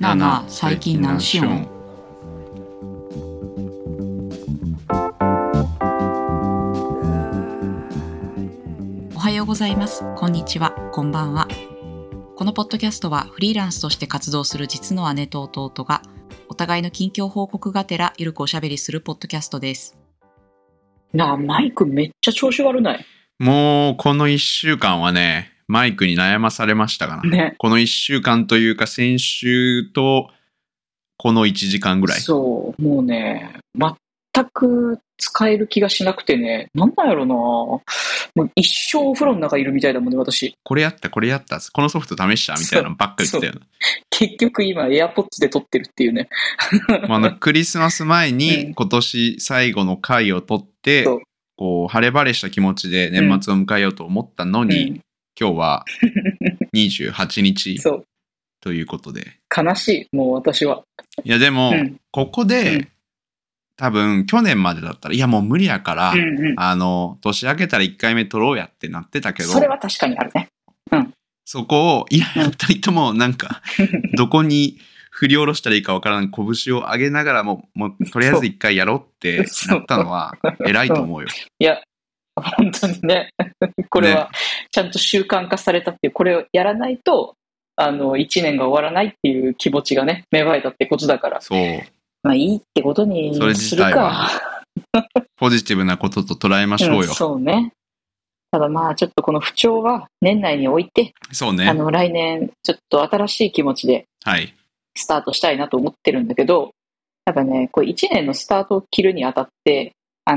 な最近何しよん。おはようございます。こんにちは。こんばんは。このポッドキャストはフリーランスとして活動する実の姉と弟がお互いの近況報告がてらゆるくおしゃべりするポッドキャストです。 なあ、マイクめっちゃ調子悪ない？ もうこの1週間はね、マイクに悩まされましたかな、 ね。 この1週間というか先週とこの1時間ぐらい。 そう、もうね、全く使える気がしなくてね、なんなんやろな。もう一生お風呂の中いるみたいだもんね、私。 これやった、このソフト試したみたいなのばっかり言ってたよな。 結局今、AirPods で撮ってるっていうね。 クリスマス前に今年最後の回を撮って、こう晴れ晴れした気持ちで年末を迎えようと思ったのに、今日は28日ということで。 悲しい、もう私は。 いやでも、ここで、多分去年までだったらいやもう無理やから、年明けたら1回目撮ろうやってなってたけど、 それは確かにあるね。 そこをいや2人ともなんかどこに振り下ろしたらいいかわからない拳を上げながらもうとりあえず1回やろうってなったのは偉いと思うよ。 いや本当にねこれはちゃんと習慣化されたっていう、これをやらないと1年が終わらないっていう気持ちがね芽生えたってことだから、 そうまあいいってことにするか。それ自体はポジティブなことと捉えましょうよ。 そうね。ただまあちょっとこの不調は年内に置いて、 そうね、 来年ちょっと新しい気持ちでスタートしたいなと思ってるんだけど、やっぱねこれ1年のスタートを切るにあたって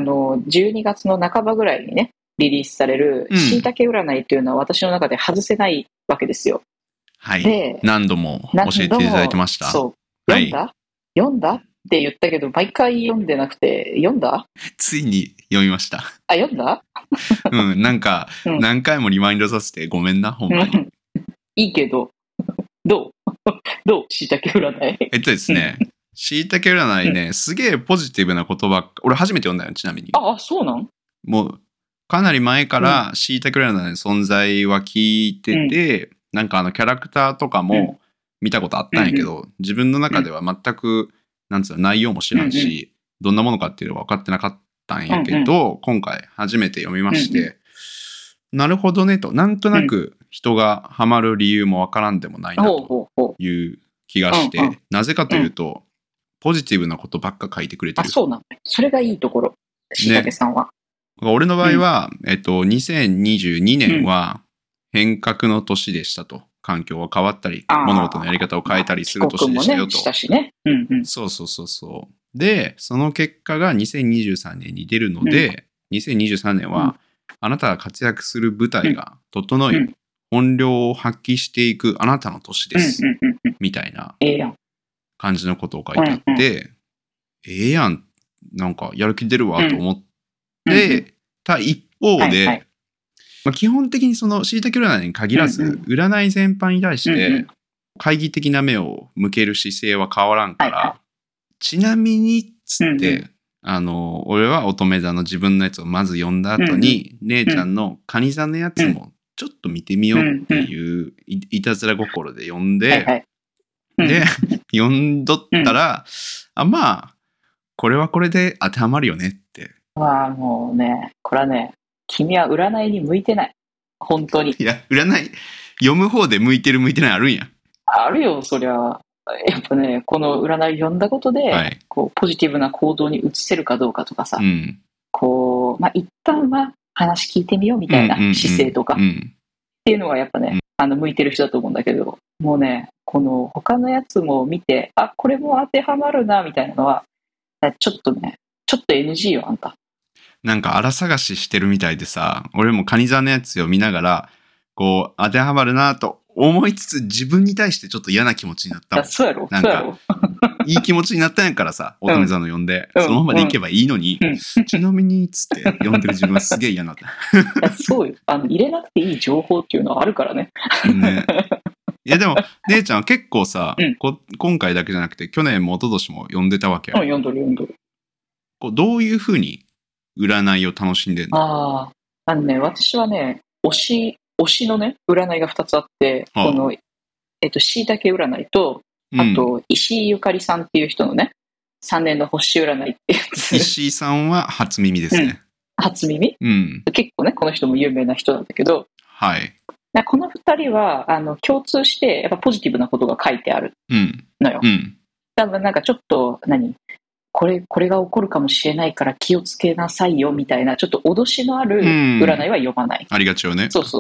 12月の半ばぐらいにねリリースされるしいたけ占いというのは私の中で外せないわけですよ。 はい。で何度も教えていただいてました。 そう。読んだって言ったけど毎回読んでなくて、読んだ？ ついに読みました。 あ、読んだ？ なんか、何回もリマインドさせてごめんな、ほんまに。 いいけど、どうしいたけ占い？ ですね、しいたけ占いね、すげえポジティブな言葉、俺初めて読んだよ、ちなみに。 あ、そうなん？ もう、かなり前からしいたけ占いの存在は聞いてて、なんかキャラクターとかも見たことあったんやけど、自分の中では全く、なんつうの、内容も知らんし、どんなものかっていうのは分かってなかったんやけど、今回初めて読みまして、なるほどねと、なんとなく人がハマる理由も分からんでもないなという気がして、なぜかというと、ポジティブなことばっか書いてくれてる。 あ、そうなんだ。それがいいところ、しいたけさんは。 俺の場合は、2022年は変革の年でしたと。環境は変わったり、物事のやり方を変えたりする年でしたよと。そう。で、その結果が2023年に出るので、2023年はあなたが活躍する舞台が整い、本領を発揮していくあなたの年です。みたいな感じのことを書いてあって、やん、なんかやる気出るわと思ってた一方で、基本的にそのしいたけ占いに限らず、占い全般に対して懐疑的な目を向ける姿勢は変わらんから、ちなみにつって、俺は乙女座の自分のやつをまず読んだ後に、姉ちゃんの蟹座のやつもちょっと見てみようっていういたずら心で読んで、で読んどったら、まあこれはこれで当てはまるよねって。 もうね、これはね、君は占いに向いてない。本当に。 いや、占い読む方で向いてる向いてないあるんや。 あるよ、そりゃ。やっぱね、この占い読んだことで、こうポジティブな行動に移せるかどうかとかさ、こう、一旦は話聞いてみようみたいな姿勢とか、っていうのはやっぱね、向いてる人だと思うんだけど、もうね、この他のやつも見て、これも当てはまるな、みたいなのは、ちょっと NG よ、あんた。 なんか荒探ししてるみたいでさ、俺も蟹座のやつを見ながら、こう、当てはまるなと思いつつ、自分に対してちょっと嫌な気持ちになったもん。 そうやろ。 なんか、いい気持ちになったんやからさ、乙女座の読んで、そのままでいけばいいのに、ちなみに、つって読んでる自分はすげえ嫌になった。 そうよ。入れなくていい情報っていうのはあるからね。 いやでも、姉ちゃんは結構さ、今回だけじゃなくて、去年も一昨年も読んでたわけや。 読んどる。 どういう風に占いを楽しんでんの？ 私はね、推しのね、占いが2つあって、この、しいたけ占いと、 あと、石井ゆかりさんっていう人のね、3年の星占いってやつ。 石井さんは初耳ですね。 初耳、結構ね、この人も有名な人なんだけど、 はい。 この2人は共通してやっぱポジティブなことが書いてあるのよ。多分なんかちょっとこれが起こるかもしれないから気をつけなさいよみたいなちょっと脅しのある占いは読まない。 ありがちよね。 そう。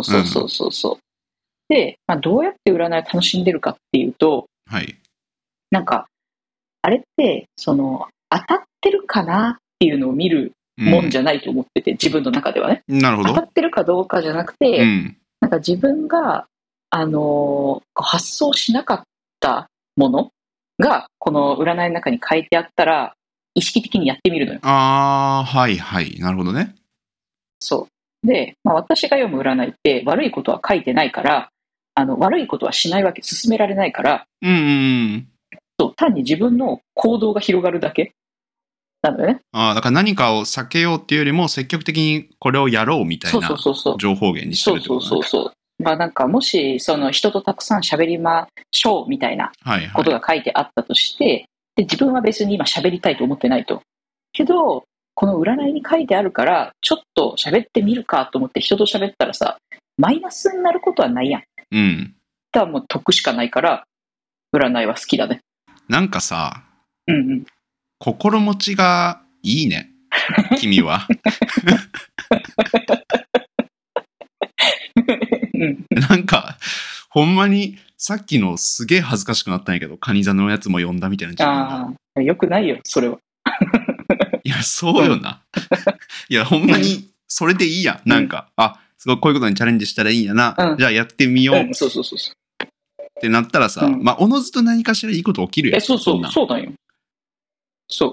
で、どうやって占いを楽しんでるかっていうと、 はい、 なんかあれって当たってるかなっていうのを見るもんじゃないと思ってて、自分の中ではね。 なるほど。 当たってるかどうかじゃなくて、なんか自分が発想しなかったものがこの占いの中に書いてあったら意識的にやってみるのよ。 はいなるほどね。 そうで、私が読む占いって悪いことは書いてないから悪いことはしないわけ、進められないから、そう単に自分の行動が広がるだけなのよね。 だから何かを避けようっていうよりも積極的にこれをやろうみたいな情報源にしてるってことね。 そう。なんかもし人とたくさん喋りましょうみたいなことが書いてあったとして、で自分は別に今喋りたいと思ってないと。けどこの占いに書いてあるからちょっと喋ってみるかと思って人と喋ったらさ、マイナスになることはないやん。だからもう得しかないから占いは好きだね。 なんかさ、心持ちがいいね、君は。なんかほんまにさっきのすげえ恥ずかしくなったんやけど、カニ座のやつも読んだみたいな自分が。 よくないよそれは。 いやそうよな。いやほんまにそれでいいやん。なんかすごいこういうことにチャレンジしたらいいんやな、じゃあやってみよう、 そうってなったらさ、おのずと何かしらいいこと起きるやん。 そうなんよ。そう。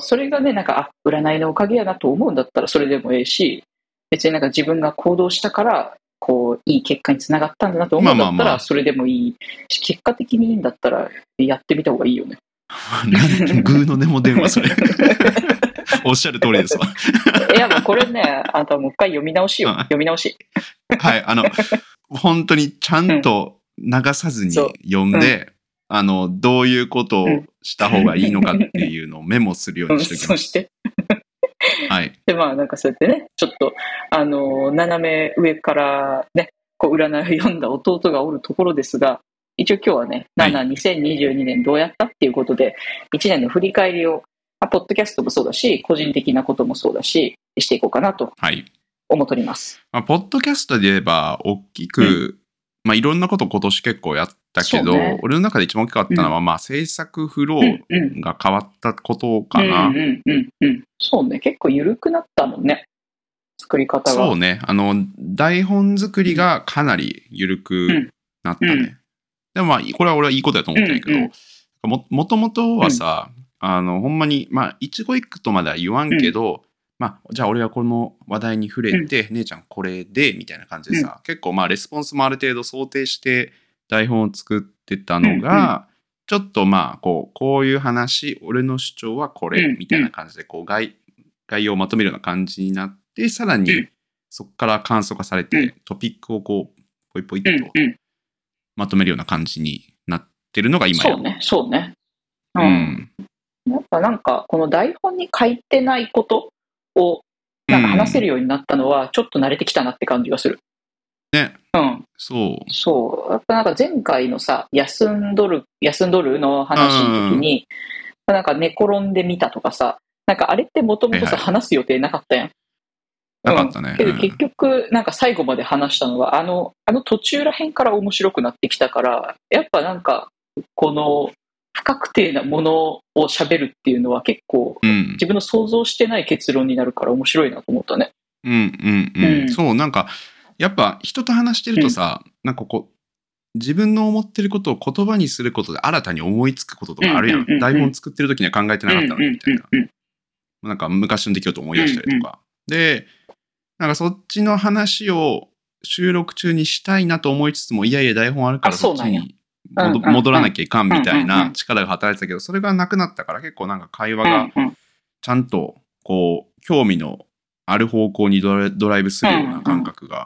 それがね、なんか占いのおかげやなと思うんだったらそれでもええし、別になんか自分が行動したからこういい結果につながったんだなと思うんだったらそれでもいいし、結果的にいいんだったらやってみた方がいいよね。 グーの根も電話それ。おっしゃる通りですわ。 いやもうこれね、あんたもう一回読み直しよ。読み直し。 はい、本当にちゃんと流さずに読んで、どういうことをした方がいいのかっていうのをメモするようにしておきます。 そして。 はい。 でなんかそうやってね、ちょっと斜め上からね、こう占いを読んだ弟がおるところですが、一応今日はね、2022年どうやったっていうことで、1年の振り返りを、ポッドキャストもそうだし、個人的なこともそうだし、していこうかなと思っております。 ポッドキャストで言えば、大きく、いろんなこと今年結構やったけど、俺の中で一番大きかったのは、制作フローが変わったことかな。 そうね、結構緩くなったもんね、作り方が。 そうね、台本作りがかなり緩くなったね。でもこれは俺はいいことだと思ってないけど、もともとはさ、ほんまに、一語一句とまでは言わんけど、じゃあ俺はこの話題に触れて、姉ちゃんこれで、みたいな感じでさ、結構レスポンスもある程度想定して台本を作ってたのが、ちょっとこういう話、俺の主張はこれ、みたいな感じで、概要をまとめるような感じになって、さらにそこから簡素化されて、トピックをポイポイっとまとめるような感じになってるのが今や。 そうね。やっぱなんかこの台本に書いてないことをなんか話せるようになったのはちょっと慣れてきたなって感じがする。 ね。そう。 やっぱなんか前回のさ、休んどるの話の時に、なんか寝転んでみたとかさ、なんかあれってもともとさ、話す予定なかったやん。 なかったね。 けど結局なんか最後まで話したのはあの途中らへんから面白くなってきたから、やっぱなんかこの不確定なものを喋るっていうのは結構、自分の想像してない結論になるから面白いなと思ったね。そう、なんかやっぱ人と話してるとさ、なんか自分の思ってることを言葉にすることで新たに思いつくこととかあるやん。台本作ってる時には考えてなかったのにみたいな。なんか昔の出来事を思い出したりとか。で、なんかそっちの話を収録中にしたいなと思いつつも、いやいや台本あるからそっちに戻らなきゃいかんみたいな力が働いてたけど、それがなくなったから結構なんか会話がちゃんと興味のある方向にドライブするような感覚が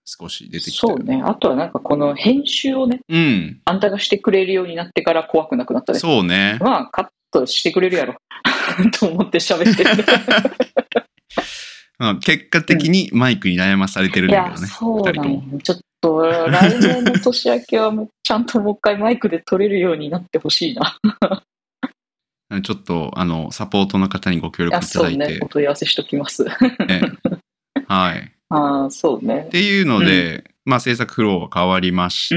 少し出てきたよね。 そうね。あとはなんかこの編集をね、あんたがしてくれるようになってから怖くなくなったね。 そうね。 まあ、カットしてくれるやろ。と思って喋ってる。 結果的にマイクに悩まされてるんだけどね。 いや、そうなんよ。ちょっと、来年の年明けはもうちゃんともう一回マイクで撮れるようになってほしいな。 ちょっと、サポートの方にご協力いただいて。 そうね、お問い合わせしときます。 はい。 そうね。 っていうので、制作フローが変わりまして、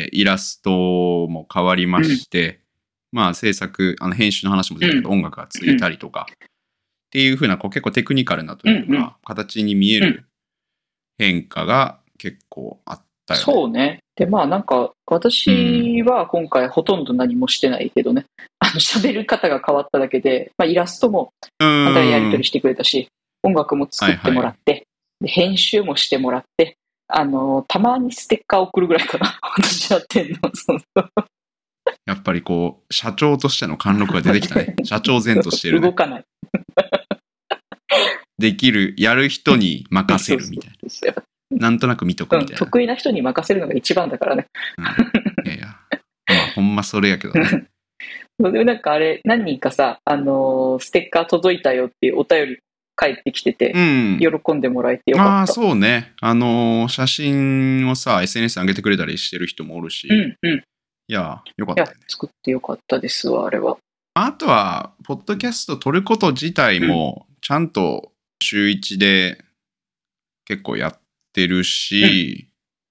イラストも変わりまして、制作、編集の話も出たけど、音楽がついたりとか、っていう風な、結構テクニカルなというか、形に見える変化が結構あったよね。 そうね。で、なんか、私は今回ほとんど何もしてないけどね、喋る方が変わっただけで、イラストも、またやり取りしてくれたし、音楽も作ってもらって、で編集もしてもらって、たまにステッカー送るぐらいかな、私やってんの。 やっぱり社長としての貫禄が出てきたね。社長前としてる、ね。 動かない。 できる、やる人に任せるみたいな。なんとなく見とくみたいな。 得意な人に任せるのが一番だからね。 いやいや。ほんまそれやけどね。 でなんかあれ、何人かさ、ステッカー届いたよっていうお便り返ってきてて、喜んでもらえてよかった。 そうね。写真をさ、SNS に上げてくれたりしてる人もおるし。いや、よかったよね。 作ってよかったですわ、あれは。 あとは、ポッドキャスト撮ること自体も、ちゃんと週1で結構やってるし、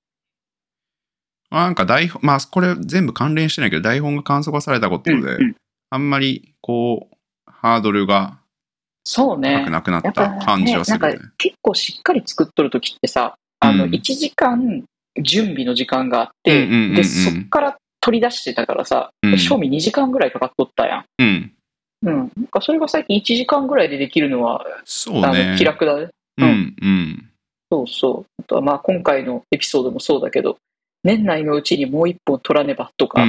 なんか台本、これ全部関連してないけど、台本が簡素化されたことで、あんまりハードルが高くなくなった感じはするよね。 なんか結構しっかり作っとるときってさ、1時間準備の時間があって、で、そっから取り出してたからさ、賞味2時間ぐらいかかっとったやん。なんかそれが最近1時間ぐらいでできるのは、 そうね。 気楽だね。そうそう。あとは今回のエピソードもそうだけど、年内のうちにもう一本取らねばとか、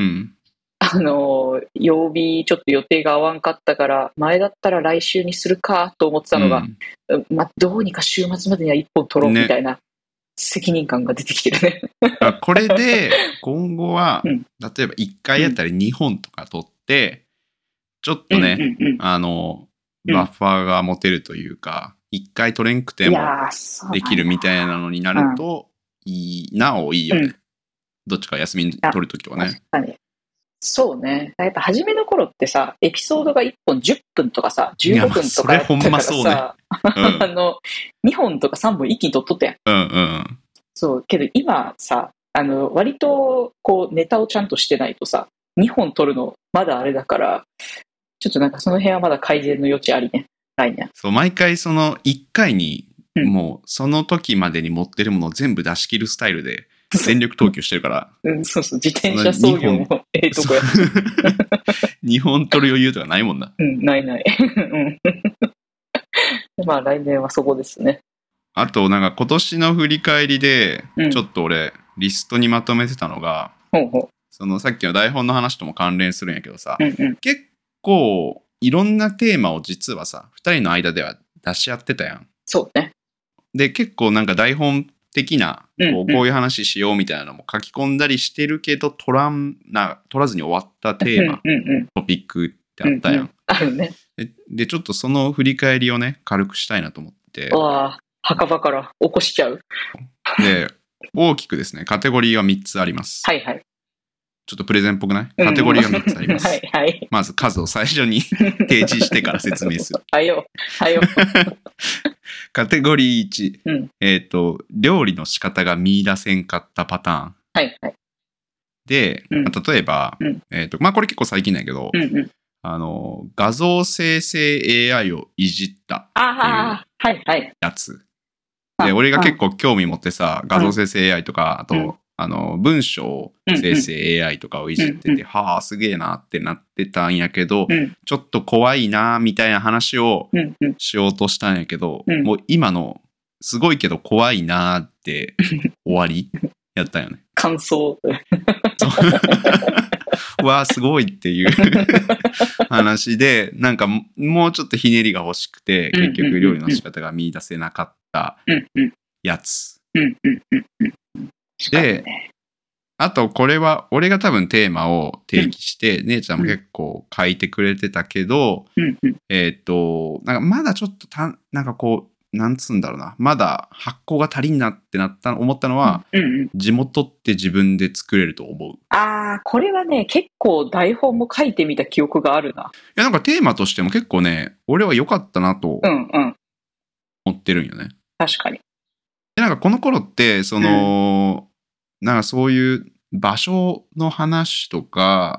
曜日ちょっと予定が合わんかったから、前だったら来週にするかと思ってたのが、どうにか週末までには一本取ろうみたいな責任感が出てきてるね。 これで、今後は、例えば1回あたり2本とか取って、ちょっとね、バッファーが持てるというか、1回取れんくてもできるみたいなのになると、いいよね。どっちか休みに取るときはね。 確かに。そうね。やっぱ初めの頃ってさ、エピソードが1本10分とかさ、15分とかやったからさ、2本とか3本一気に取っとったやん。そう、けど今さ、割とネタをちゃんとしてないとさ、2本取るのまだあれだから、ちょっとなんかその辺はまだ改善の余地ありね。来年。 そう、毎回その1回に、もうその時までに持ってるものを全部出し切るスタイルで、全力投球してるから。 そうそう、自転車操業もとこや。 2本取る余裕とかないもんな。 ない。来年はそこですね。 あと、なんか今年の振り返りで、ちょっと俺、リストにまとめてたのが、そのさっきの台本の話とも関連するんやけどさ、結構いろんなテーマを実はさ、2人の間では出し合ってたやん。 そうね。で、 結構なんか台本的なこういう話しようみたいなのも書き込んだりしてるけど取らずに終わったテーマ、トピックってあったやん。 あるね。 でちょっとその振り返りをね軽くしたいなと思って。 墓場から起こしちゃう。 で大きくですねカテゴリーは3つあります。 はいはい。 ちょっとプレゼンっぽくない？カテゴリーは3つあります。 はいはい。 まず数を最初に提示してから説明する。 はよ。 カテゴリー1、料理の仕方が見出せんかったパターン。 はいはい。 で、例えば、これ結構最近なんやけど、画像生成 AI をいじったっていうやつ。で、俺が結構興味持ってさ、画像生成 AI とか、あと、文章生成 AI とかをいじってて、はあ、すげえなってなってたんやけど、ちょっと怖いなみたいな話をしようとしたんやけど、もう今のすごいけど怖いなって終わりやったよね。 感想。 わあ、すごいっていう話で、なんかもうちょっとひねりが欲しくて、結局料理の仕方が見出せなかったやつ。 で、あとこれは俺が多分テーマを提起して、姉ちゃんも結構書いてくれてたけど、なんかまだちょっとなんかこう、なんつうんだろうな、まだ発行が足りんなって思ったのは、地元って自分で作れると思う。 ああ、これはね、結構台本も書いてみた記憶があるな。 いや、なんかテーマとしても結構ね、俺は良かったなと思ってるんよね。 確かに。 で、なんかこの頃って、なんかそういう場所の話とか、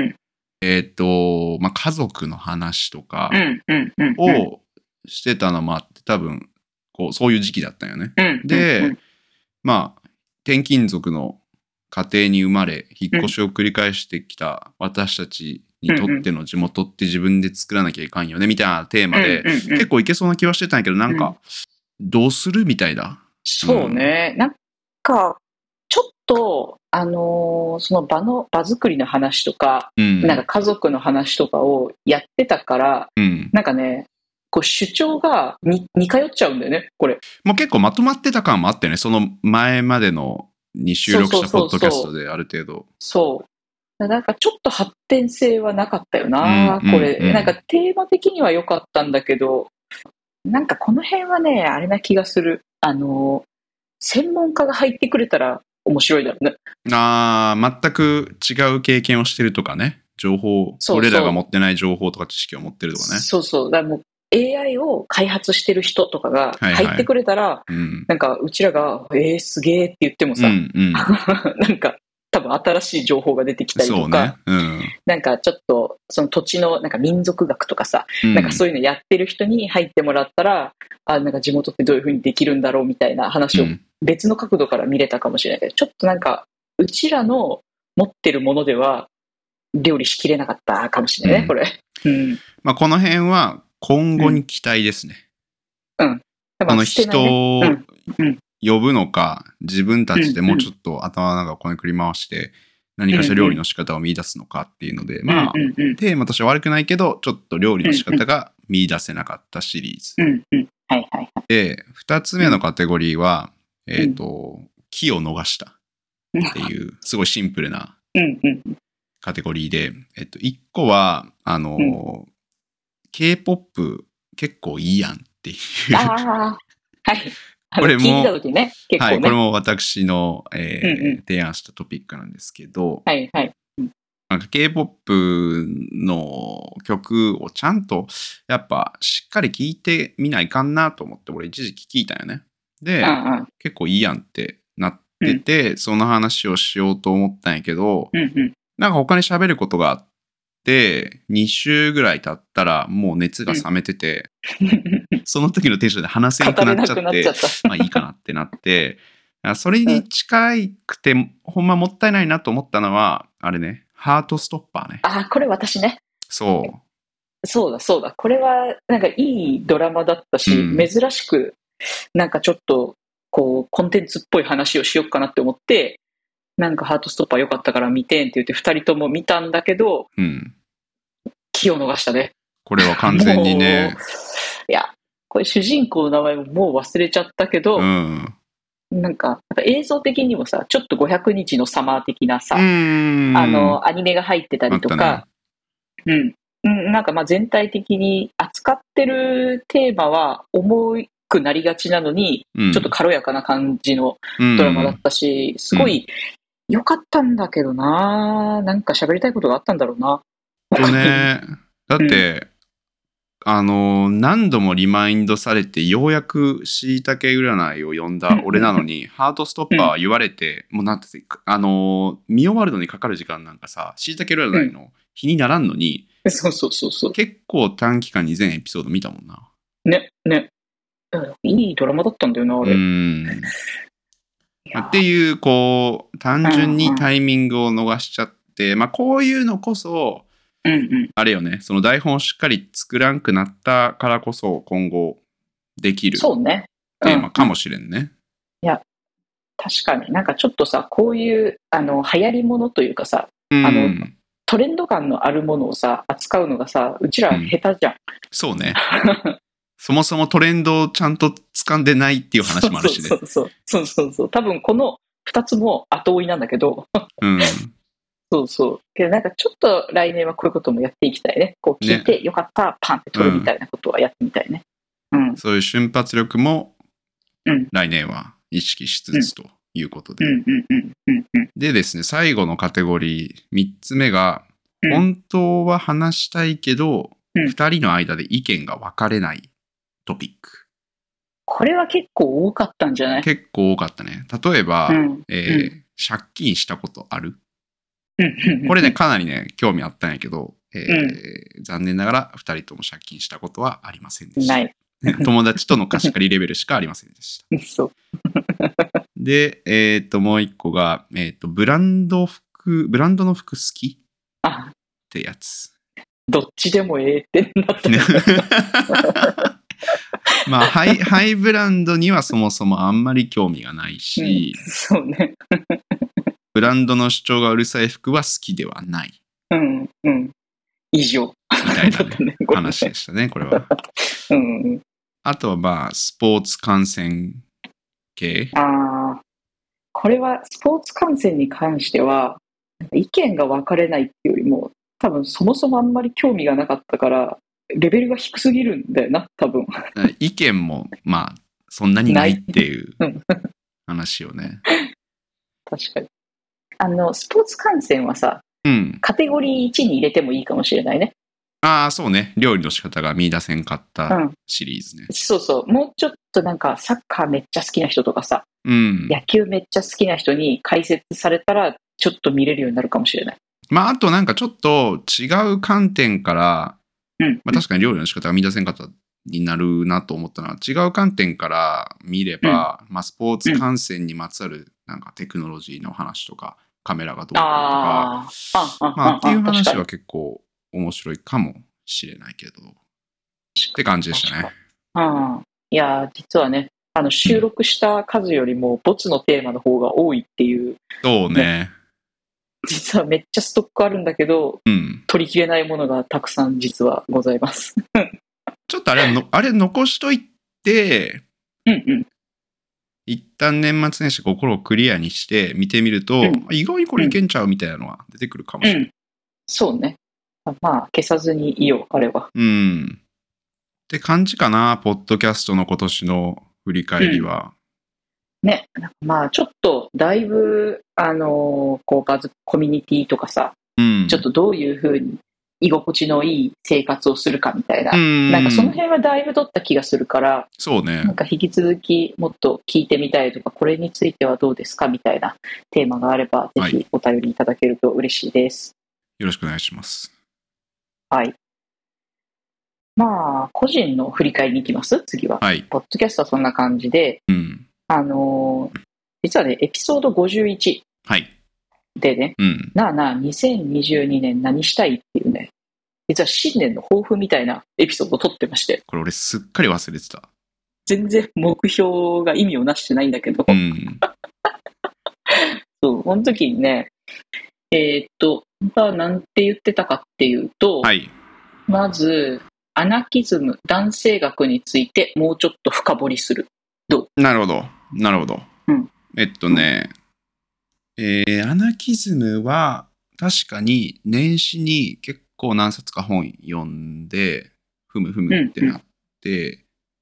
まあ、家族の話とかをしてたのもあって、多分、こう、そういう時期だったよね。で、まあ、転勤族の家庭に生まれ、引っ越しを繰り返してきた私たちにとっての地元って自分で作らなきゃいかんよね、みたいなテーマで、結構いけそうな気はしてたんやけど、なんか、どうするみたいな。 そうね。なんか、ちょっと、その場作りの話とか、なんか家族の話とかをやってたから、なんかね、こう主張が似通っちゃうんだよね、これ。 もう結構まとまってた感もあってね、その前までのに収録したポッドキャストである程度。 そう。なんかちょっと発展性はなかったよな、これ。なんかテーマ的には良かったんだけど、なんかこの辺はね、あれな気がする。専門家が入ってくれたら面白いだろうね。 全く違う経験をしてるとかね。情報、俺らが持ってない情報とか知識を持ってるとかね。 そうそう。だからもう AI を開発してる人とかが入ってくれたら、なんかうちらが、すげえって言ってもさ、なんか多分新しい情報が出てきたりとか、なんかちょっとその土地のなんか民族学とかさ、なんかそういうのやってる人に入ってもらったら、なんか地元ってどういう風にできるんだろうみたいな話を別の角度から見れたかもしれないけど、ちょっとなんかうちらの持ってるものでは料理しきれなかったかもしれないね、これ。 まあこの辺は今後に期待ですね。この人を呼ぶのか、自分たちでもうちょっと頭の中をこねくり回して何かしら料理の仕方を見出すのかっていうので、まあテーマとしては悪くないけど、ちょっと料理の仕方が見出せなかったシリーズ。で、2つ目のカテゴリーは、機を逃したっていう、すごいシンプルなカテゴリーで、1個は、K-POP 結構いいやんっていう。これも、 聞いた時ね、結構ね。 これも私の、提案したトピックなんですけど、なんか K-POP の曲をちゃんとやっぱしっかり聴いてみないかんなと思って俺一時期聴いたよね。で、結構いいやんってなってて、その話をしようと思ったんやけど、なんか他に喋ることがあって、2週ぐらい経ったらもう熱が冷めてて、その時のテンションで話せなくなっちゃって、まあいいかなってなって、それに近くて、ほんまもったいないなと思ったのは、あれね、ハートストッパーね。 これ私ね。そうだ。これはなんかいいドラマだったし、珍しくなんかちょっとこうコンテンツっぽい話をしようかなって思って、なんかハートストッパー良かったから見てんって言って2人とも見たんだけど、気を逃したね。 これは完全にね。 いや、これ主人公の名前ももう忘れちゃったけど、なんか、やっぱ映像的にもさ、ちょっと500日のサマー的なさ、アニメが入ってたりとか、なんかまあ全体的に扱ってるテーマは重くなりがちなのに、ちょっと軽やかな感じのドラマだったし、すごい良かったんだけどな、なんか喋りたいことがあったんだろうな。 だって、何度もリマインドされて、ようやくしいたけ占いを読んだ俺なのに、ハートストッパー言われて、もうなんて見終わるのにかかる時間なんかさ、しいたけ占いの日にならんのに、結構短期間に全エピソード見たもんな。 ね。いいドラマだったんだよな、あれ。 っていう、こう、単純にタイミングを逃しちゃって、まあこういうのこそ、あれよね、その台本をしっかり作らんくなったからこそ今後できるテーマかもしれんね。 いや、確かになんかちょっとさ、こういう流行りものというかさ、トレンド感のあるものをさ、扱うのがさ、うちら下手じゃん。 そうね。 そもそもトレンドをちゃんと掴んでないっていう話もあるしね。 そう。多分この2つも後追いなんだけど。 うん。 けどなんかちょっと来年はこういうこともやっていきたいね。こう聞いてよかった、パンって取るみたいなことはやってみたいね。 そういう瞬発力も来年は意識しつつということで。でですね、最後のカテゴリー、3つ目が、本当は話したいけど、2人の間で意見が分かれないトピック。 これは結構多かったんじゃない？ 結構多かったね。例えば、借金したことある？これね、かなりね、興味あったんやけど、残念ながら2人とも借金したことはありませんでした。ない。友達との貸し借りレベルしかありませんでした。 そう。 で、もう一個が、ブランドの服好きってやつ。 どっちでもええってなった。 まあハイブランドにはそもそもあんまり興味がないし、 そうね。 ブランドの主張がうるさい服は好きではない。 以上。 みたいな、ね、話でしたね、これは。あとはまあ、スポーツ観戦系。 これはスポーツ観戦に関しては、意見が分かれないっていうよりも、多分そもそもあんまり興味がなかったから、レベルが低すぎるんだよな、多分。 意見も、まあ、そんなにないっていう話をね。 確かに。スポーツ観戦はさ、カテゴリー1に入れてもいいかもしれないね。 そうね。料理の仕方が見出せんかったシリーズね。 そう。もうちょっとなんかサッカーめっちゃ好きな人とかさ、野球めっちゃ好きな人に解説されたら、ちょっと見れるようになるかもしれない。 まあ、あとなんかちょっと違う観点から、まあ確かに料理の仕方が見出せんかったになるなと思ったのは、違う観点から見れば、まあスポーツ観戦にまつわるなんかテクノロジーの話とか、カメラがどうかとか、まあっていう話は結構面白いかもしれないけど、って感じでしたね。 いや、実はね、収録した数よりもボツのテーマの方が多いっていう。 そうね。 実はめっちゃストックあるんだけど、取りきれないものがたくさん実はございます。 ちょっとあれ残しといて、一旦年末年始心をクリアにして見てみると、意外にこれいけんちゃうみたいなのは出てくるかもしれない。 そうね。まあ、消さずにいよう、あれは。 って感じかな、ポッドキャストの今年の振り返りは。 ね、まあちょっとだいぶこうバズコミュニティとかさ、ちょっとどういう風に居心地のいい生活をするかみたいな、なんかその辺はだいぶ取った気がするから、 そうね。 なんか引き続きもっと聞いてみたいとか、これについてはどうですかみたいなテーマがあれば、ぜひお便りいただけると嬉しいです。 よろしくお願いします。 はい。まあ個人の振り返りに行きます。次は。ポッドキャストはそんな感じで。実はね、エピソード51でね、なあなあ、2022年何したいっていうね、実は新年の抱負みたいなエピソードを撮ってまして。 これ俺すっかり忘れてた。 全然目標が意味をなしてないんだけど。そう、この時にね、なんて言ってたかっていうと、まず、アナキズム、男性学についてもうちょっと深掘りする。どう？ なるほど。アナキズムは確かに年始に結構何冊か本読んで、ふむってなって、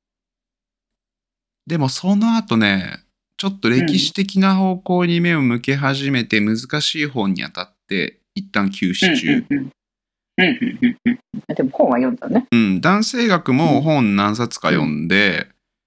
でもその後ね、ちょっと歴史的な方向に目を向け始めて難しい本にあたって一旦休止中。 でも本は読んだね。 男性学も本何冊か読んで、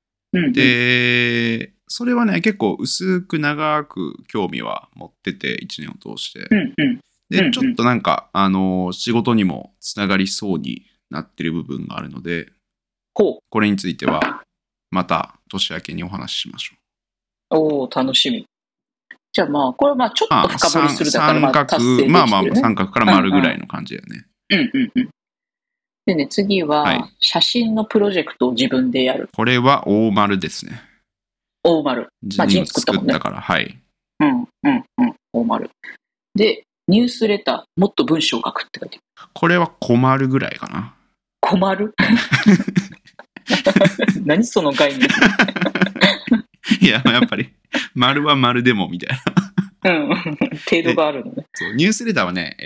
で、それはね、結構薄く長く興味は持ってて、1年を通して。で、ちょっとなんか、仕事にもつながりそうになってる部分があるので、これについては、また年明けにお話ししましょう。楽しみ。じゃあまあ、これはちょっと深掘りするだからまあ達成できる、ね。 三角から丸ぐらいの感じだよね。 でね、次は、写真のプロジェクトを自分でやる。 これは大丸ですね。 大丸。まあ、ジン作ったもんね。 作ったから、はい。 大丸。で、ニュースレター、もっと文章を書くって書いてる。 これは小丸ぐらいかな。 小丸何その概念。 いや、やっぱり、丸は丸でもみたいな。うん。程度があるのね。 そう、ニュースレターはね、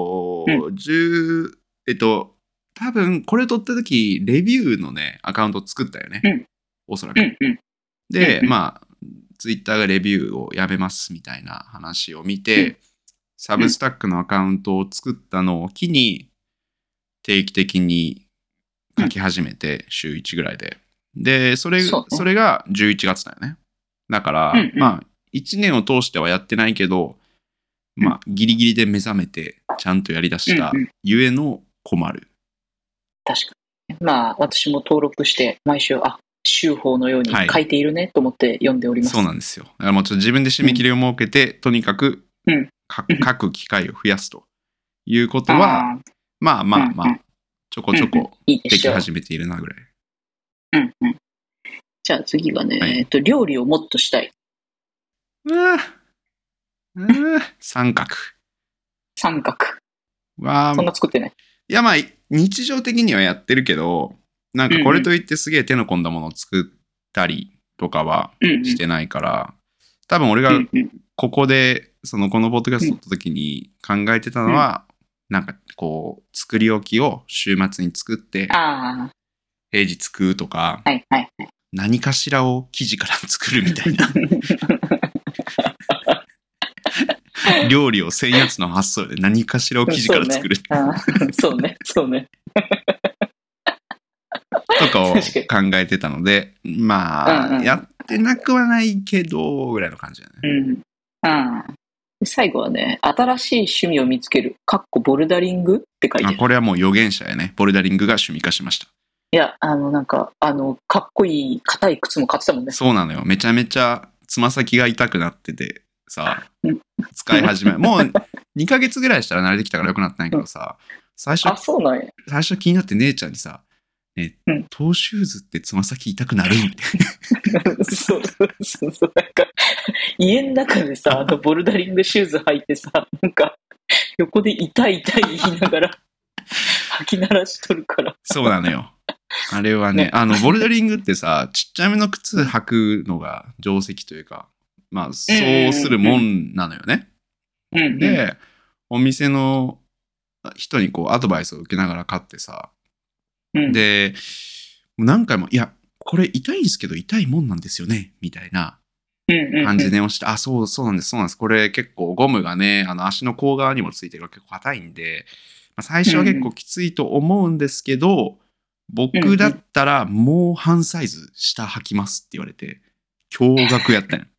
多分、これ撮った時、レビューのね、アカウント作ったよね。おそらく。で、まあ、ツイッターがレビューをやめますみたいな話を見て、サブスタックのアカウントを作ったのを機に、定期的に書き始めて、週1ぐらいで。で、それが11月だよね。だから、まあ、1年を通してはやってないけど、まあ、ギリギリで目覚めて、ちゃんとやりだしたゆえの困る。 確かに。まあ、私も登録して、毎週、週報のように書いているねと思って読んでおります。 そうなんですよ。だからもうちょっと自分で締め切りを設けて、とにかく書く機会を増やすということは、まあ、ちょこちょこでき始めているなぐらい。 じゃあ次はね、料理をもっとしたい。 三角。 そんな作ってない。 いや、まあ、日常的にはやってるけど、なんかこれといってすげえ手の込んだものを作ったりとかはしてないから、多分俺がここで、このポッドキャストを撮った時に考えてたのは、なんかこう、作り置きを週末に作って、平日食うとか、何かしらを生地から作るみたいな。料理をせんやつの発想で何かしらを生地から作る。 そうね。 とかを考えてたので、まあ、やってなくはないけど、ぐらいの感じだね。 最後はね、新しい趣味を見つける。ボルダリングって書いてある。 これはもう予言者やね。ボルダリングが趣味化しました。 いや、なんか、かっこいい硬い靴も買ってたもんね。 そうなのよ。めちゃめちゃつま先が痛くなっててさ、使い始め。もう2ヶ月ぐらいしたら慣れてきたから良くなってないけどさ、最初気になって姉ちゃんにさ、トーシューズってつま先痛くなるみたいな。 そう。なんか、家の中でさ、ボルダリングシューズ履いてさ、なんか、横で痛い言いながら、履き鳴らしとるから。 そうなのよ。あれはね、ボルダリングってさ、ちっちゃめの靴履くのが定石というか、まあ、そうするもんなのよね。で、お店の人にこう、アドバイスを受けながら買ってさ、で、何回も、いや、これ痛いんですけど痛いもんなんですよね、みたいな感じで押して、そうなんです。これ結構ゴムがね、足の甲側にもついてるから結構硬いんで、最初は結構きついと思うんですけど、僕だったらもう半サイズ下履きますって言われて、驚愕やったんや。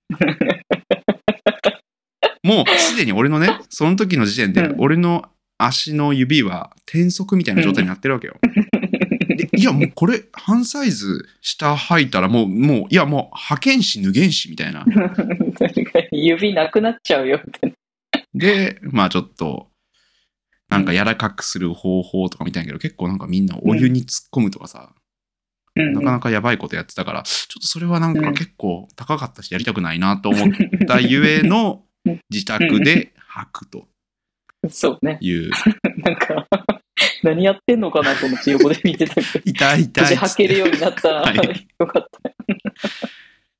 もうすでに俺のね、その時の時点で俺の足の指は転足みたいな状態になってるわけよ。でいやもうこれ半サイズ下履いたらもう履けんし脱げんしみたいな。 指なくなっちゃうよって。 で、まあちょっとなんか柔らかくする方法とかみたいなけど、結構なんかみんなお湯に突っ込むとかさ、なかなかやばいことやってたから、ちょっとそれはなんか結構高かったしやりたくないなと思ったゆえの自宅で履くと。 そうね。 いう。 なんか、何やってんのかなと思って横で見てたけど。 痛い。 履けるようになったら、よかった。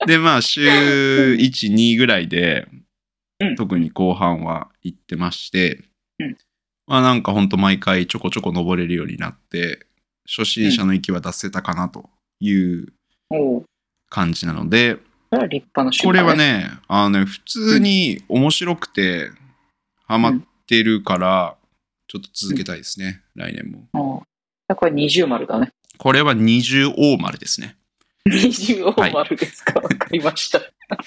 で、まあ、週1、2ぐらいで、特に後半は行ってまして、まあなんかほんと毎回ちょこちょこ登れるようになって、初心者の域は出せたかなという感じなので、 立派なこれはね、普通に面白くてハマってるから、ちょっと続けたいですね、来年も。 これ20丸だね。 これは20大丸ですね。 20大丸ですか、わかりました。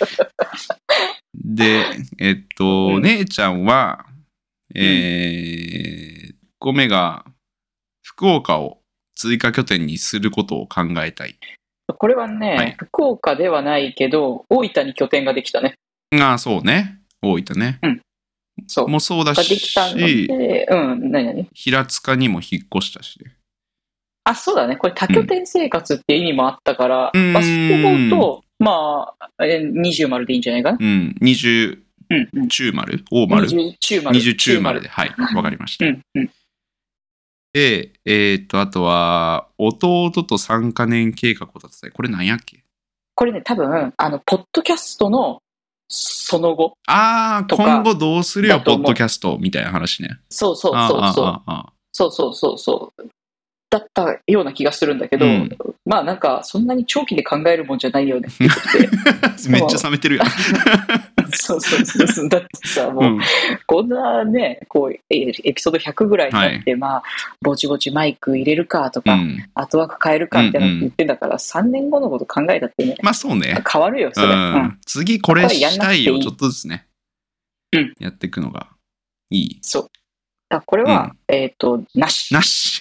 で、姉ちゃんは、1個目が福岡を追加拠点にすることを考えたい。 これはね、福岡ではないけど大分に拠点ができたね。 そうね、大分ね。 そうもうそうだし、 できたので、何平塚にも引っ越したしね。 そうだね。これ多拠点生活っていう意味もあったから、そう思うと、まあ20丸でいいんじゃないかな。 20中丸大丸20中丸で、はい、わかりました。 で、あとは、弟と3カ年計画を立てたい。これ何やっけ？ これね、多分、ポッドキャストのその後。 ああ、今後どうするよ、ポッドキャストみたいな話ね。 そうそうそうそう。そうそうそうそう。だったような気がするんだけど、まあなんかそんなに長期で考えるもんじゃないよねってことでめっちゃ冷めてるやん。 そうだってさ、もう、こんなね、こうエピソード100ぐらいになって、まあぼちぼちマイク入れるかとか、アートワーク変えるかみたいなこと言ってんだから、3年後のこと考えたってね、 まあそうね、 変わるよそれ、 次これしたいよ、ちょっとずつね、やっていくのがいい。 そう、これは、なしなし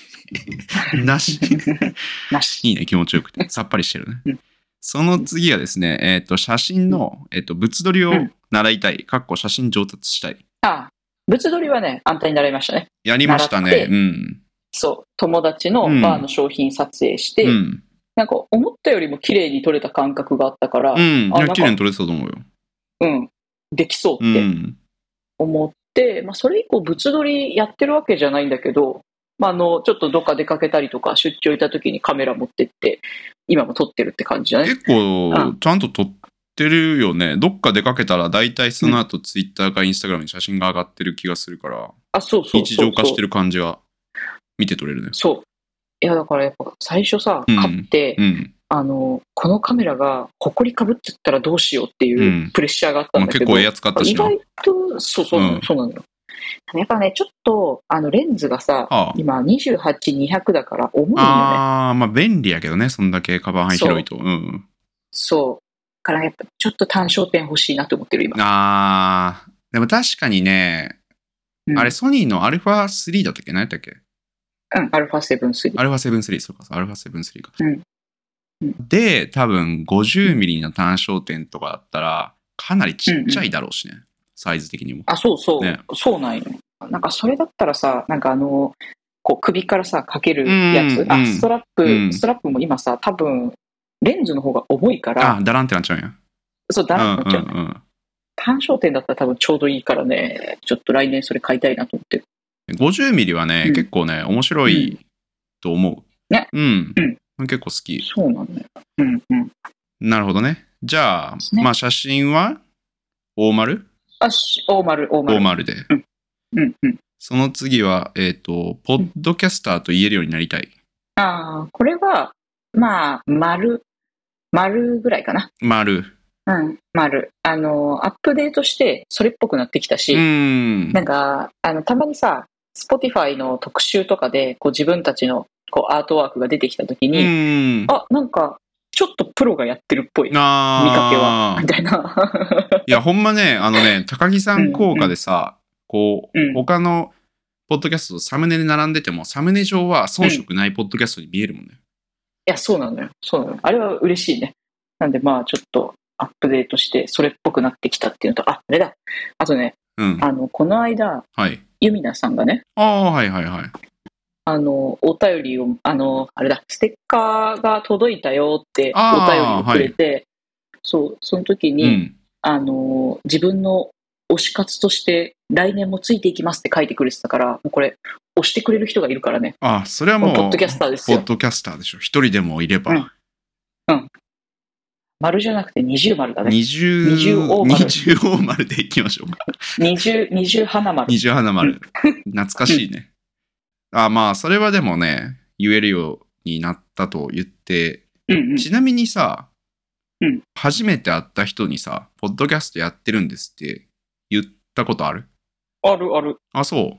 いいね、気持ちよくてさっぱりしてるね。その次はですね、写真の、物撮りを習いたい。写真上達したい。 物撮りはね、あんたに習いましたね。 やりましたね。 そう、友達のバーの商品撮影して、なんか思ったよりも綺麗に撮れた感覚があったから、 綺麗に撮れてたと思うよ。 できそうって思って、それ以降物撮りやってるわけじゃないんだけど、ちょっとどっか出かけたりとか出張行った時にカメラ持ってって今も撮ってるって感じじゃない？ 結構ちゃんと撮ってるよね。どっか出かけたら大体その後ツイッターかインスタグラムに写真が上がってる気がするから、日常化してる感じは見て取れるね。 そう。いやだからやっぱ最初さ、買って、このカメラがホコリかぶっちゃったらどうしようっていうプレッシャーがあったんだけど、 結構ええやつ買ったしな。 意外とそうなのよ。やっぱね、ちょっとレンズがさ、今28、200だから重いのよね。 便利やけどね、そんだけカバン広いと。 そう。からやっぱちょっと単焦点欲しいなと思ってる今。 でも確かにね、あれソニーの α3 だったっけ？何やったっけ？ α7-3。 α7-3、そうか、α7-3 か。で、多分 50mm の単焦点とかだったら、かなりちっちゃいだろうしね。サイズ的にも。 そう、ね、そうなんよ。なんかそれだったらさ、なんかこう首からさかけるやつ、ストラップも今さ多分レンズの方が重いからダランってなっちゃうんや。 そう、ダランってなっちゃう、単焦点だったら多分ちょうどいいからね、ちょっと来年それ買いたいなと思ってる。 50mm はね、結構ね面白いと思う。 ね、 結構好き。 そうなんだよ。 なるほどね。じゃあ、写真は大丸？ 大丸で。その次は、ポッドキャスターと言えるようになりたい。 これは、丸ぐらいかな。丸。アップデートしてそれっぽくなってきたし、なんか、たまにさ、Spotify の特集とかで、こう自分たちのこうアートワークが出てきたときに、なんか、ちょっとプロがやってるっぽい。見かけは。みたいな。 いや、ほんまね、高木さん効果でさ、こう、他のポッドキャストとサムネで並んでても、サムネ上は遜色ないポッドキャストに見えるもんね。 いや、そうなのよ。あれは嬉しいね。なんで、ちょっとアップデートして、それっぽくなってきたっていうのと、あれだ。あとね、この間、ユミナさんがね、お便りを、あれだ、ステッカーが届いたよってお便りをくれて、その時に、自分の推し活として来年もついていきますって書いてくれてたから、もうこれ、推してくれる人がいるからね。 それはもう、 ポッドキャスターですよ。 ポッドキャスターでしょ。一人でもいれば。 丸じゃなくて20丸だね。 20大丸でいきましょうか。 20花丸。 20花丸。懐かしいね。それはでもね、言えるようになったと言って、ちなみにさ、初めて会った人にさ、ポッドキャストやってるんですって言ったことある？ ある。 そう。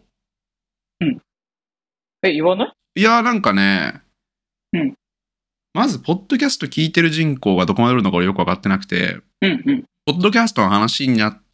言わない？ いや、なんかね、まず、ポッドキャスト聞いてる人口がどこまでいるのかよく分かってなくて、ポッドキャストの話になって、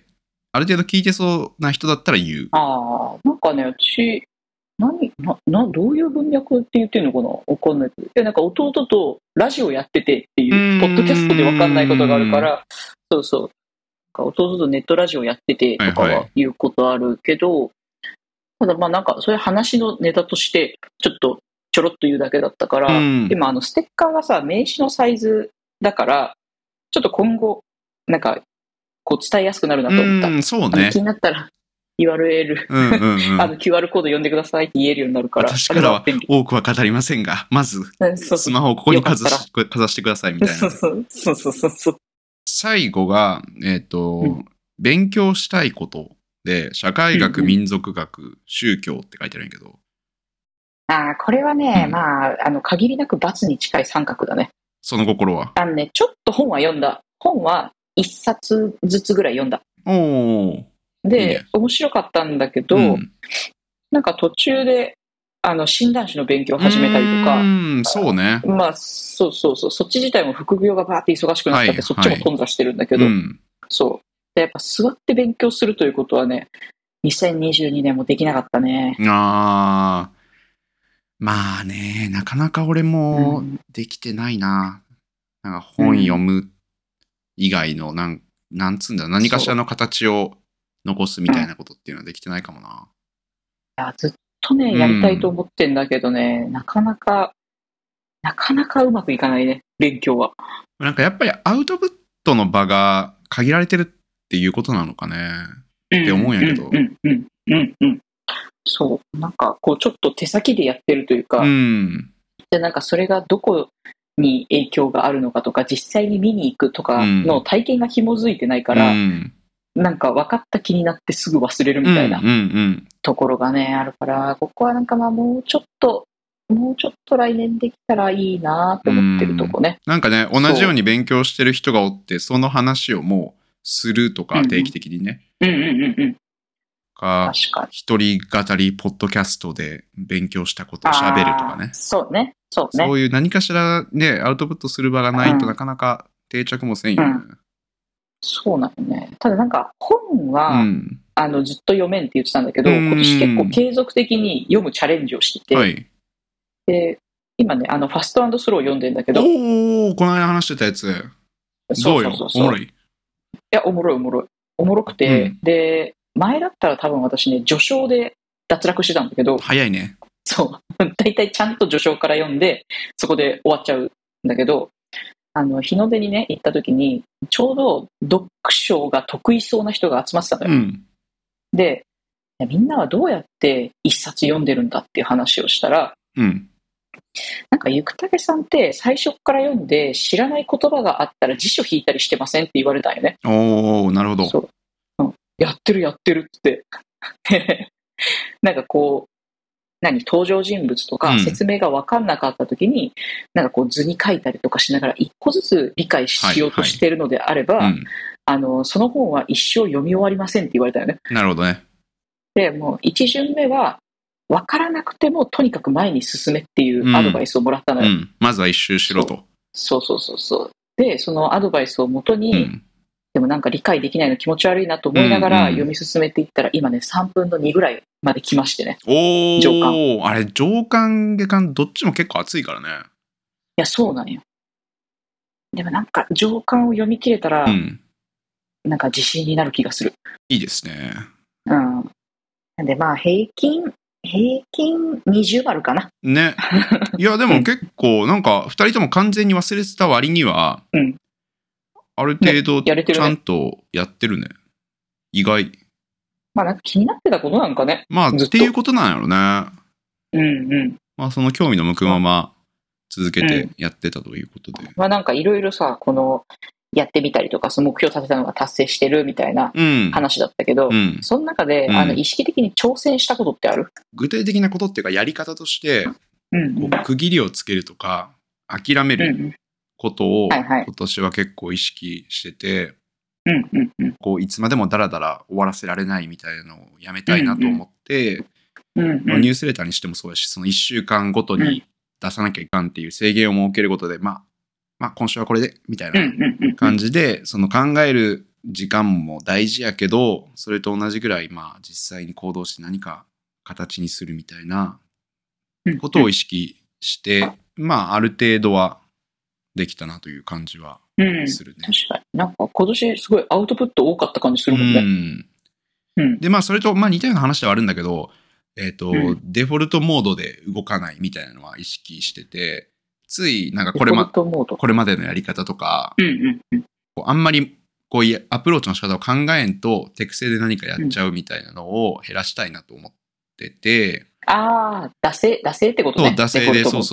ある程度聞いてそうな人だったら言う。 なんかね、私、どういう文脈って言ってるのかなわかんないけど。なんか弟とラジオやっててっていう、ポッドキャストでわかんないことがあるから、そう。弟とネットラジオやっててとかは言うことあるけど、ただなんかそういう話のネタとして、ちょろっと言うだけだったから、今ステッカーがさ、名刺のサイズだから、ちょっと今後、なんか、こう伝えやすくなるなと思った。 そうね。 気になったら、 URL、QR コード読んでくださいって言えるようになるから。 私からは多くは語りませんが、まず、スマホをここにかざしてくださいみたいな。 そう。 最後が、勉強したいことで、社会学、民族学、宗教って書いてあるんやけど。 これはね、限りなく×に近い三角だね。 その心は？ ちょっと本は読んだ。本は一冊ずつぐらい読んだ。で、いいね、面白かったんだけど、なんか途中で、診断士の勉強を始めたりとか。 そうね。 そう。そっち自体も副業がバーって忙しくなっちゃって、そっちも頓挫してるんだけど、そう。で、やっぱ座って勉強するということはね、2022年もできなかったね。 まあね、なかなか俺もできてないな。なんか本読む以外の、なんつうんだ、何かしらの形を残すみたいなことっていうのはできてないかもな。 いや、ずっとね、やりたいと思ってんだけどね、なかなかうまくいかないね、勉強は。 なんかやっぱりアウトプットの場が限られてるっていうことなのかね、って思うんやけど。 そう。なんか、こう、ちょっと手先でやってるというか、で、なんかそれがどこに影響があるのかとか、実際に見に行くとかの体験が紐づいてないから、なんか分かった気になってすぐ忘れるみたいなところがね、あるから、ここはなんかもうちょっと来年できたらいいなって思ってるとこね。 なんかね、同じように勉強してる人がおって、その話をもうするとか、定期的にね。 確かに。 一人語りポッドキャストで勉強したことを喋るとかね。 そうね。 そういう何かしらね、アウトプットする場がないとなかなか定着もせんよね。 そうなのね。ただなんか本は、ずっと読めんって言ってたんだけど、今年結構継続的に読むチャレンジをしてて、で、今ね、ファスト&スロー読んでんだけど。 この間話してたやつ。どうよ？おもろい？いや、おもろくて、で、前だったら多分私ね、序章で脱落してたんだけど。 早いね。 そう。大体ちゃんと序章から読んで、そこで終わっちゃうんだけど、日の出にね、行った時に、ちょうど読書が得意そうな人が集まってたのよ。で、みんなはどうやって一冊読んでるんだっていう話をしたら、なんか、ゆくたけさんって最初から読んで知らない言葉があったら辞書引いたりしてませんって言われたんよね。 なるほど。 そう。やってるって。なんかこう、登場人物とか説明が分かんなかった時に、なんかこう図に書いたりとかしながら一個ずつ理解しようとしているのであれば、その本は一生読み終わりませんって言われたよね。 なるほどね。 で、もう一巡目は、分からなくてもとにかく前に進めっていうアドバイスをもらったのよ。 まずは一周しろと。 そう。で、そのアドバイスをもとに、でもなんか理解できないの気持ち悪いなと思いながら読み進めていったら、今ね、3分の2ぐらいまで来ましてね。 上巻。あれ、上巻、下巻、どっちも結構熱いからね。いや、そうなんよ。でもなんか、上巻を読み切れたら、なんか自信になる気がする。 いいですね。 なんでまあ、平均20丸かな。 ね。いや、でも結構、なんか、2人とも完全に忘れてた割には、ある程度、ちゃんとやってるね。意外。 まあ、なんか気になってたことなんかね。 まあ、っていうことなんやろね。まあ、その興味の向くまま続けてやってたということで。 まあ、なんかいろいろさ、この、やってみたりとか、その目標立てたのが達成してるみたいな話だったけど、その中で、意識的に挑戦したことってある？ 具体的なことっていうか、やり方として、区切りをつけるとか、諦めることを、今年は結構意識してて、こういつまでもダラダラ終わらせられないみたいなのをやめたいなと思って、ニュースレターにしてもそうだし、その1週間ごとに出さなきゃいかんっていう制限を設けることで、まあ今週はこれでみたいな感じで、その考える時間も大事やけど、それと同じぐらい実際に行動して何か形にするみたいなことを意識して、ある程度はできたなという感じはするね。 確かに。なんか今年すごいアウトプット多かった感じするもんね。 で、それと似たような話ではあるんだけど、デフォルトモードで動かないみたいなのは意識してて、ついなんかこれまでのやり方とか、あんまりこういうアプローチの仕方を考えんと手癖で何かやっちゃうみたいなのを減らしたいなと思ってて、 ああ、惰性ってことね。 そう、惰性で、そう。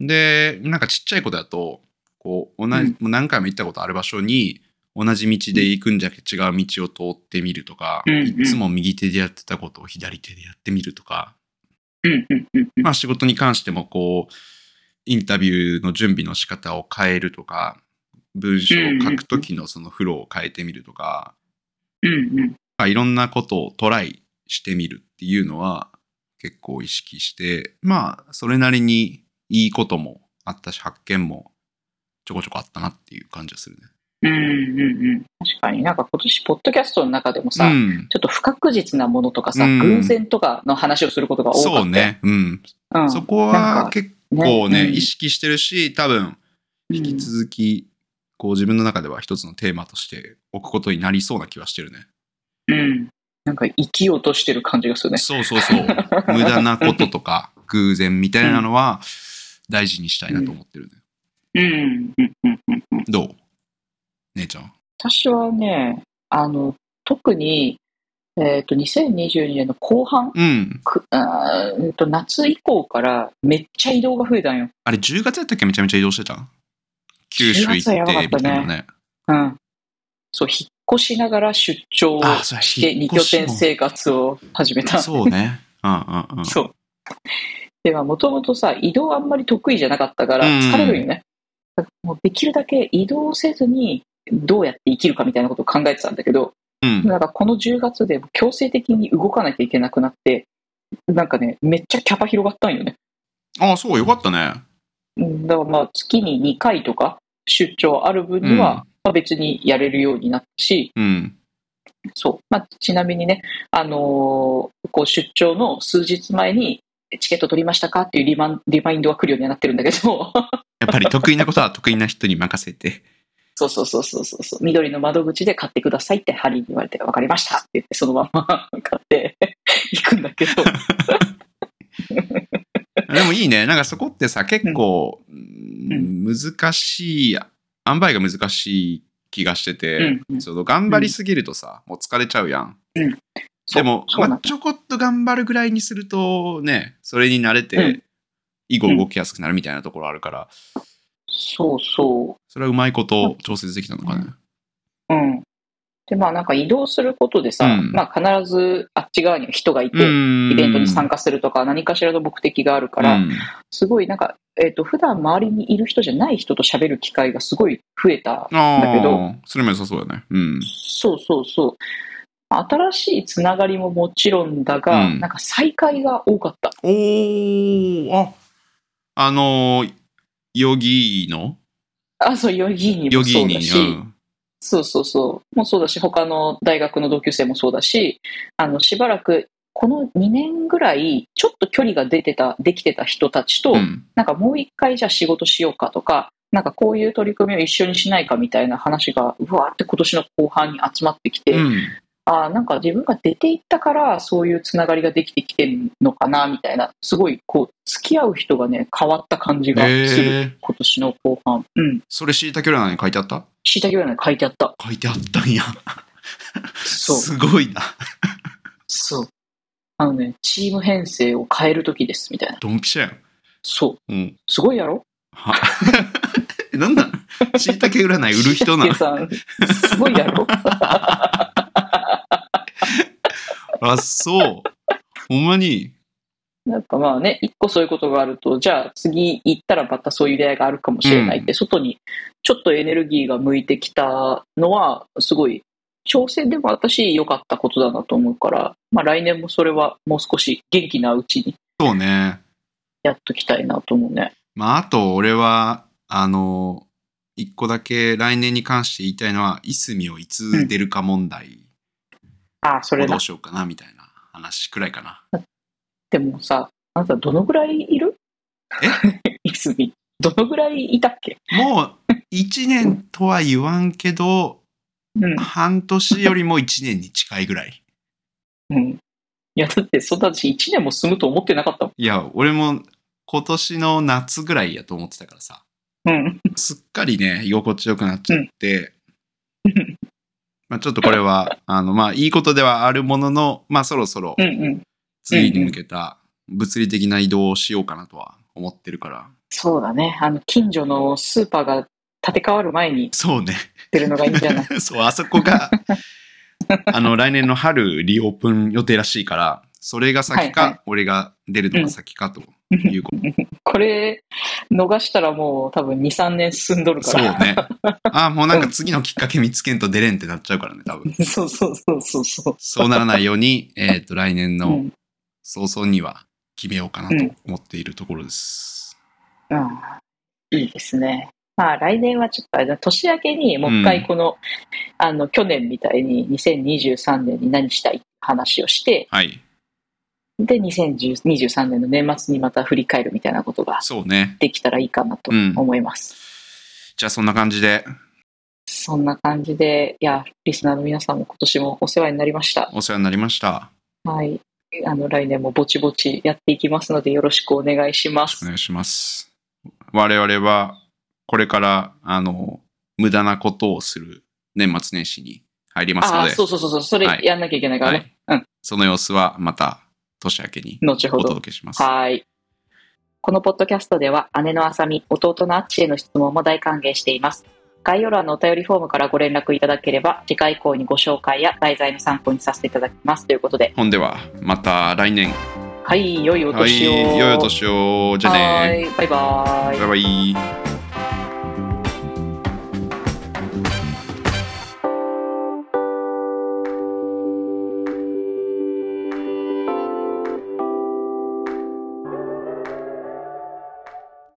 で、なんかちっちゃいことだと、こう、もう何回も行ったことある場所に、同じ道で行くんじゃなくて違う道を通ってみるとか、いつも右手でやってたことを左手でやってみるとか、まあ仕事に関してもこう、インタビューの準備の仕方を変えるとか、文章を書くときのそのフローを変えてみるとか、いろんなことをトライしてみるっていうのは結構意識して、まあそれなりにいいこともあったし、発見もちょこちょこあったなっていう感じがするね。 確かになんか今年ポッドキャストの中でもさ、ちょっと不確実なものとかさ、偶然とかの話をすることが多かった。 そうね。そこは結構ね、意識してるし、多分引き続きこう自分の中では一つのテーマとして置くことになりそうな気はしてるね。 なんか生きようとしてる感じがするね。 そう。無駄なこととか偶然みたいなのは大事にしたいなと思ってるね。どう？姉ちゃん。 私はね、特に、2022年の後半、夏以降からめっちゃ移動が増えたんよ。 あれ10月やったっけ？めちゃめちゃ移動してた？九州行ってみたいなね。 そう、引っ越しながら出張して2拠点生活を始めた。 そうね。 そう。では、もともとさ、移動あんまり得意じゃなかったから疲れるよね。もうできるだけ移動せずにどうやって生きるかみたいなことを考えてたんだけど、なんかこの10月で強制的に動かなきゃいけなくなって、なんかね、めっちゃキャパ広がったんよね。 ああ、そう、よかったね。 だからまあ月に2回とか出張ある分には、まあ、別にやれるようになったし、そう。まあ、ちなみにね、こう出張の数日前にチケット取りましたかっていうリマインドが来るようになってるんだけどやっぱり得意なことは得意な人に任せて。 そう。緑の窓口で買ってくださいってハリーに言われて、分かりましたって言って、そのまま買って行くんだけど。 でもいいね。なんかそこってさ、結構、難しい、塩梅が難しい気がしてて、頑張りすぎるとさ、もう疲れちゃうやん。でも、ちょこっと頑張るぐらいにするとね、それに慣れて、以後動きやすくなるみたいなところあるから、 そう。 それはうまいこと調節できたのかね。 で、まあなんか移動することでさ、まあ必ずあっち側には人がいて、イベントに参加するとか何かしらの目的があるから、すごいなんか、普段周りにいる人じゃない人と喋る機会がすごい増えたんだけど。 それも良さそうだね。 そう。新しいつながりももちろんだが、なんか再会が多かった。 ヨギーの？ そう、ヨギーニもそうだし、そうもそうだし、他の大学の同級生もそうだし、しばらくこの2年ぐらいちょっと距離ができてた人たちと、なんかもう一回じゃあ仕事しようかとか、なんかこういう取り組みを一緒にしないかみたいな話がうわーって今年の後半に集まってきて、なんか自分が出ていったからそういうつながりができてきてるのかなみたいな、すごいこう付き合う人がね変わった感じがする、今年の後半。 それ椎茸占いに書いてあった？ 椎茸占いに書いてあった。 書いてあったんや。 そう。 すごいな。 そう。チーム編成を変える時ですみたいな。 ドンピシャやん。 そう。すごいやろ？ なんだ？椎茸占い売る人なの？ さんすごいやろ？ そう。ほんまに。 なんかまあね、一個そういうことがあると、じゃあ次行ったらまたそういう出会いがあるかもしれないって、外にちょっとエネルギーが向いてきたのは、すごい挑戦でも私良かったことだなと思うから、まあ来年もそれはもう少し元気なうちに。 そうね。 やっときたいなと思うね。 まああと俺は、一個だけ来年に関して言いたいのは、いすみをいつ出るか問題。 それだ。 どうしようかなみたいな話くらいかな。 でもさ、あなたどのぐらいいる？いすみ。どのぐらいいたっけ？ もう1年とは言わんけど、半年よりも1年に近いぐらい。 いや、だってそんな私1年も住むと思ってなかったもん。 いや、俺も今年の夏ぐらいやと思ってたからさ。すっかりね、居心地よくなっちゃって、 まあ、ちょっとこれは、まあ、いいことではあるものの、まあ、そろそろ、次に向けた物理的な移動をしようかなとは思ってるから。 そうだね。近所のスーパーが建て替わる前に、 そうね。 出るのがいいんじゃないそう、あそこが、来年の春リオープン予定らしいから、それが先か、俺が出るのが先かということ。 これ、逃したらもう多分2、3年進んどるから。 そうね。もうなんか次のきっかけ見つけんと出れんってなっちゃうからね、多分。 そう。 そうならないように、来年の早々には決めようかなと思っているところです。 いいですね。まあ来年はちょっと年明けにもう一回この、去年みたいに2023年に何したい話をして、 はい。 で、2023年の年末にまた振り返るみたいなことができたらいいかなと思います。 じゃあそんな感じで。 そんな感じで、いや、リスナーの皆さんも今年もお世話になりました。 お世話になりました。 はい。来年もぼちぼちやっていきますのでよろしくお願いします。 よろしくお願いします。我々はこれから無駄なことをする年末年始に入りますので。 そう。それやんなきゃいけないからね。はい、 その様子はまた年明けにお届けします。 はい。このポッドキャストでは姉のあさみ、弟のあっちへの質問も大歓迎しています。概要欄のお便りフォームからご連絡いただければ次回以降にご紹介や題材の参考にさせていただきますということで。 ほんではまた来年。 はい、良いお年を。 はい、良いお年を。じゃあね。 はい、バイバイ。 バイバイ。